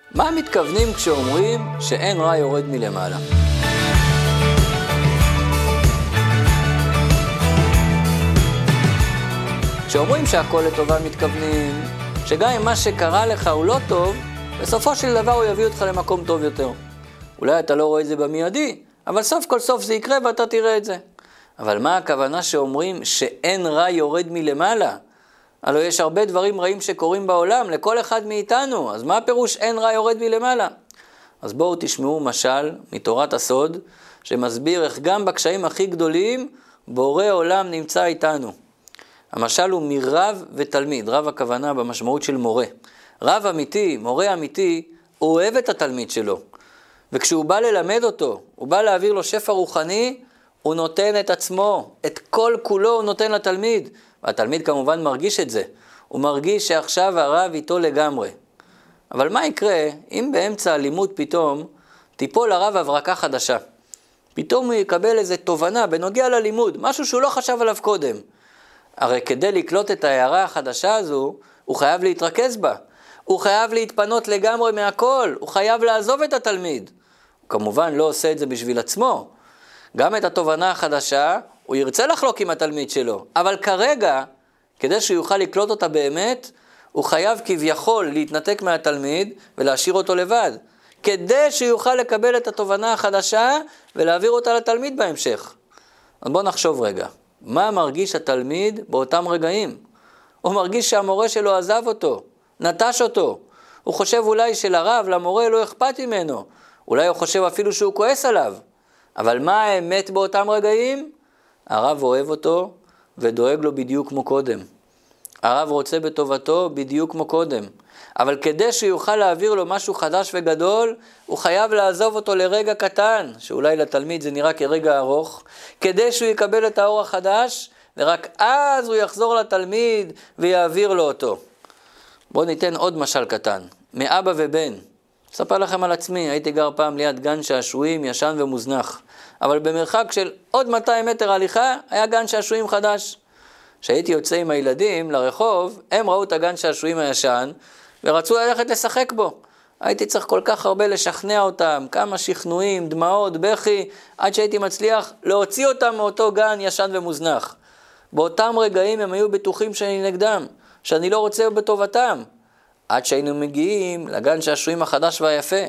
מה מתכוונים כשאומרים שאין רע יורד מלמעלה? כשאומרים שהכל לטובה מתכוונים שגם אם מה שקרה לך הוא לא טוב, בסופו של דבר הוא יביא אותך למקום טוב יותר. אולי אתה לא רואה את זה במיידי, אבל סוף כל סוף זה יקרה ואתה תראה את זה. אבל מה הכוונה שאומרים שאין רע יורד מלמעלה? הלוא יש הרבה דברים רעים שקורים בעולם, לכל אחד מאיתנו. אז מה הפירוש אין רע יורד מלמעלה? אז בואו תשמעו משל מתורת הסוד, שמסביר איך גם בקשיים הכי גדולים, בורא עולם נמצא איתנו. המשל הוא מרב ותלמיד. רב הכוונה במשמעות של מורה. רב אמיתי, מורה אמיתי, הוא אוהב את התלמיד שלו. וכשהוא בא ללמד אותו, הוא בא להעביר לו שפע רוחני, הוא נותן את עצמו, את כל כולו הוא נותן לתלמיד. והתלמיד כמובן מרגיש את זה. הוא מרגיש שעכשיו הרב איתו לגמרי. אבל מה יקרה אם באמצע הלימוד פתאום תיפול הרב הברקה חדשה? פתאום הוא יקבל איזו תובנה בנוגע ללימוד, משהו שהוא לא חשב עליו קודם. הרי כדי לקלוט את ההערה החדשה הזו, הוא חייב להתרכז בה. הוא חייב להתפנות לגמרי מהכל. הוא חייב לעזוב את התלמיד. הוא כמובן לא עושה את זה בשביל עצמו. גם את התובנה החדשה, הוא ירצה לחלוק עם התלמיד שלו. אבל כרגע, כדי שהוא יוכל לקלוט אותה באמת, הוא חייב כביכול להתנתק מהתלמיד ולהשאיר אותו לבד. כדי שהוא יוכל לקבל את התובנה החדשה ולהעביר אותה לתלמיד בהמשך. אז בואו נחשוב רגע. מה מרגיש התלמיד באותם רגעים? הוא מרגיש שהמורה שלו עזב אותו, נטש אותו. הוא חושב אולי שלרב, למורה לא אכפת ממנו. אולי הוא חושב אפילו שהוא כועס עליו. אבל מה האמת באותם רגעים? הרב אוהב אותו ודואג לו בדיוק כמו קודם. הרב רוצה בטובתו בדיוק כמו קודם. אבל כדי שיוכל להעביר לו משהו חדש וגדול, הוא חייב לעזוב אותו לרגע קטן, שאולי לתלמיד זה נראה כרגע ארוך, כדי שהוא יקבל את האור החדש, ורק אז הוא יחזור לתלמיד ויעביר לו אותו. בואו ניתן עוד משל קטן, מאבא ובן. אספר לכם על עצמי, הייתי גר פעם ליד גן שעשועים ישן ומוזנח, אבל במרחק של עוד 200 מטר הליכה היה גן שעשועים חדש. כשהייתי יוצא עם הילדים לרחוב, הם ראו את הגן שעשועים הישן, ורצו ללכת לשחק בו. הייתי צריך כל כך הרבה לשכנע אותם, כמה שכנועים, דמעות, בכי, עד שהייתי מצליח להוציא אותם מאותו גן ישן ומוזנח. באותם רגעים הם היו בטוחים שאני נגדם, שאני לא רוצה בטובתם. עד שהיינו מגיעים לגן שעשועים החדש והיפה,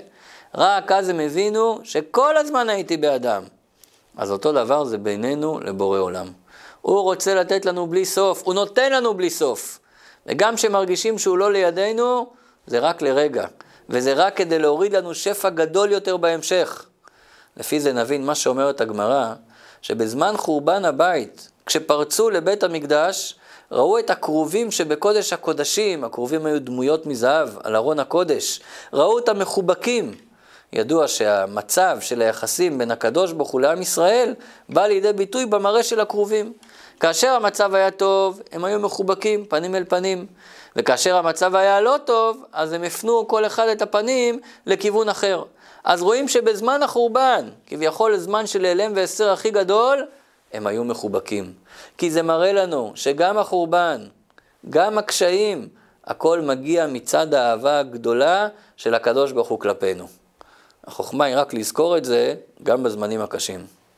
רק אז הם הבינו שכל הזמן הייתי באדם. אז אותו דבר זה בינינו לבורא עולם. הוא רוצה לתת לנו בלי סוף, הוא נותן לנו בלי סוף. וגם שמרגישים שהוא לא לידינו, זה רק לרגע. וזה רק כדי להוריד לנו שפע גדול יותר בהמשך. לפי זה נבין מה שאומרת הגמרא, שבזמן חורבן הבית, כשפרצו לבית המקדש, ראו את הכרובים שבקודש הקודשים, הכרובים היו דמויות מזהב על ארון הקודש, ראו אותם מחובקים. ידוע שהמצב של היחסים בין הקדוש ברוך הוא לעם ישראל, בא לידי ביטוי במראה של הכרובים. כאשר המצב היה טוב, הם היו מחובקים פנים אל פנים. וכאשר המצב היה לא טוב, אז הם הפנו כל אחד את הפנים לכיוון אחר. אז רואים שבזמן החורבן, כביכול לזמן של העלם והסר הכי גדול, הם היו מחובקים. כי זה מראה לנו שגם החורבן, גם הקשיים, הכל מגיע מצד האהבה הגדולה של הקדוש ברוך הוא כלפינו. החוכמה היא רק לזכור את זה גם בזמנים הקשים.